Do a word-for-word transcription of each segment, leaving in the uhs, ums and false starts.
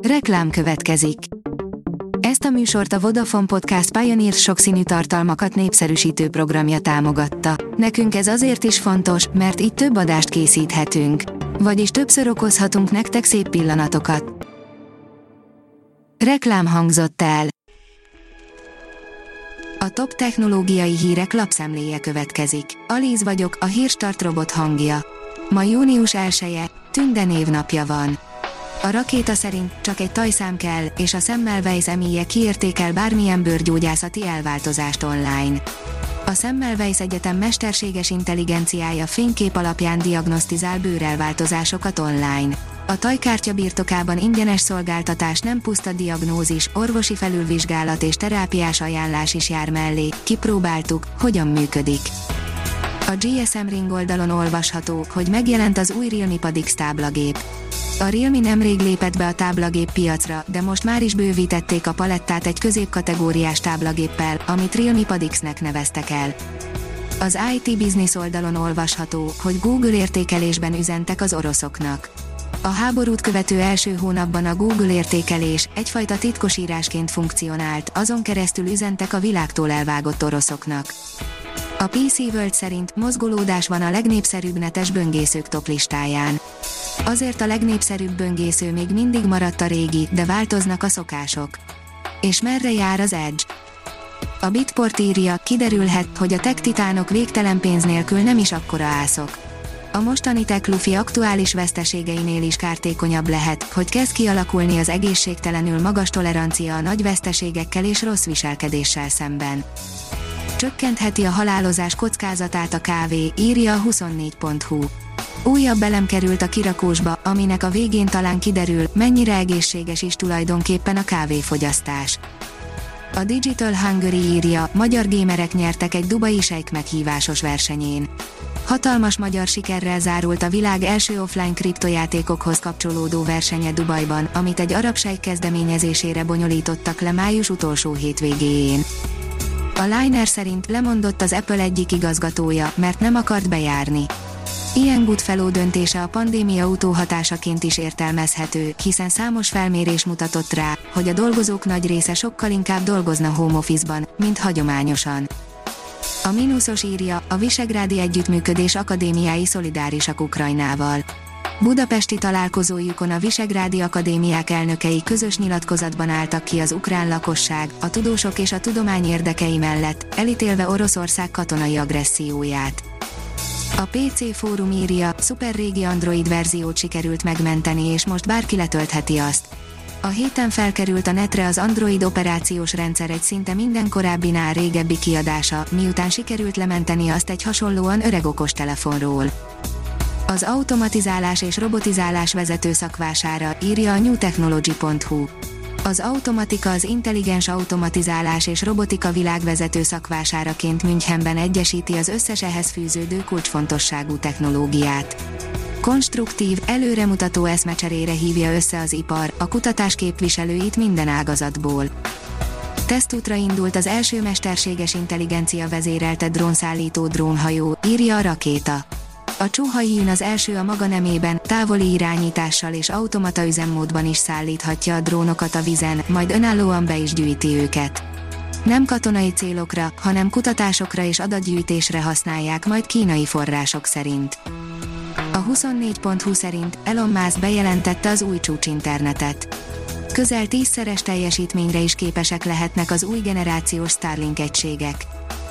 Reklám következik. Ezt a műsort a Vodafone Podcast Pioneer sokszínű tartalmakat népszerűsítő programja támogatta. Nekünk ez azért is fontos, mert így több adást készíthetünk. Vagyis többször okozhatunk nektek szép pillanatokat. Reklám hangzott el. A top technológiai hírek lapszemléje következik. Alíz vagyok, a Hírstart robot hangja. Ma június elseje, Tünde névnapja van. A rakéta szerint csak egy tajszám kell, és a Semmelweis emíje kiértékel bármilyen bőrgyógyászati elváltozást online. A Semmelweis Egyetem mesterséges intelligenciája fénykép alapján diagnosztizál bőrelváltozásokat online. A tajkártya birtokában ingyenes szolgáltatás nem puszta diagnózis, orvosi felülvizsgálat és terápiás ajánlás is jár mellé, kipróbáltuk, hogyan működik. A gé es em Ring oldalon olvasható, hogy megjelent az új Realme Padix táblagép. A Realme nemrég lépett be a táblagép piacra, de most már is bővítették a palettát egy középkategóriás táblagéppel, amit Realme Padixnek neveztek el. Az i té Business oldalon olvasható, hogy Google értékelésben üzentek az oroszoknak. A háborút követő első hónapban a Google értékelés egyfajta titkosírásként funkcionált, azon keresztül üzentek a világtól elvágott oroszoknak. A pé cé World szerint mozgolódás van a legnépszerűbb netes böngészők top listáján. Azért a legnépszerűbb böngésző még mindig maradt a régi, de változnak a szokások. És merre jár az Edge? A Bitport írja, kiderülhet, hogy a tech titánok végtelen pénz nélkül nem is akkora ászok. A mostani tech lufi aktuális veszteségeinél is kártékonyabb lehet, hogy kezd kialakulni az egészségtelenül magas tolerancia a nagy veszteségekkel és rossz viselkedéssel szemben. Csökkentheti a halálozás kockázatát a kávé, írja a huszonnégy pont hu. Újabb elem került a kirakósba, aminek a végén talán kiderül, mennyire egészséges is tulajdonképpen a kávéfogyasztás. A Digital Hungary írja, magyar gémerek nyertek egy dubai sejk meghívásos versenyén. Hatalmas magyar sikerrel zárult a világ első offline kriptojátékokhoz kapcsolódó versenye Dubajban, amit egy arab sejk kezdeményezésére bonyolítottak le május utolsó hétvégéjén. A Liner szerint lemondott az Apple egyik igazgatója, mert nem akart bejárni. Ian Goodfellow döntése a pandémia utóhatásaként is értelmezhető, hiszen számos felmérés mutatott rá, hogy a dolgozók nagy része sokkal inkább dolgozna home office-ban, mint hagyományosan. A mínuszos írja, a visegrádi együttműködés akadémiái szolidárisak Ukrajnával. Budapesti találkozójukon a visegrádi akadémiák elnökei közös nyilatkozatban álltak ki az ukrán lakosság, a tudósok és a tudomány érdekei mellett, elítélve Oroszország katonai agresszióját. A pé cé Fórum írja, szuper régi Android verziót sikerült megmenteni és most bárki letöltheti azt. A héten felkerült a netre az Android operációs rendszer egy szinte minden korábbinál régebbi kiadása, miután sikerült lementeni azt egy hasonlóan öreg okostelefonról. Az automatizálás és robotizálás vezető szakvására, írja a new technology pont hu. Az automatika az intelligens automatizálás és robotika világvezető szakvásáraként Münchenben egyesíti az összes ehhez fűződő kulcsfontosságú technológiát. Konstruktív, előremutató eszmecserére hívja össze az ipar, a kutatás képviselőit minden ágazatból. Tesztútra indult az első mesterséges intelligencia vezérelte drónszállító drónhajó, írja a Rakéta. A csuhajhín az első a maga nemében, távoli irányítással és automata üzemmódban is szállíthatja a drónokat a vízen, majd önállóan be is gyűjti őket. Nem katonai célokra, hanem kutatásokra és adatgyűjtésre használják majd kínai források szerint. A huszonnégy pont hu szerint Elon Musk bejelentette az új csúcsinternetet. Közel tízszeres teljesítményre is képesek lehetnek az új generációs Starlink egységek.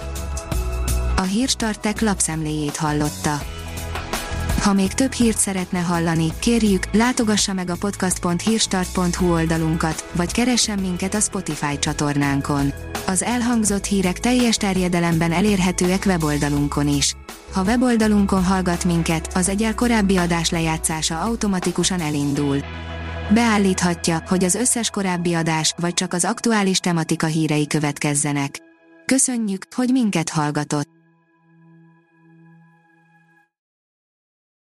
A Hírstart Tech lapszemléjét hallotta. Ha még több hírt szeretne hallani, kérjük, látogassa meg a podcast pont hírstart pont hu oldalunkat, vagy keressen minket a Spotify csatornánkon. Az elhangzott hírek teljes terjedelemben elérhetőek weboldalunkon is. Ha weboldalunkon hallgat minket, az egyel korábbi adás lejátszása automatikusan elindul. Beállíthatja, hogy az összes korábbi adás, vagy csak az aktuális tematika hírei következzenek. Köszönjük, hogy minket hallgatott!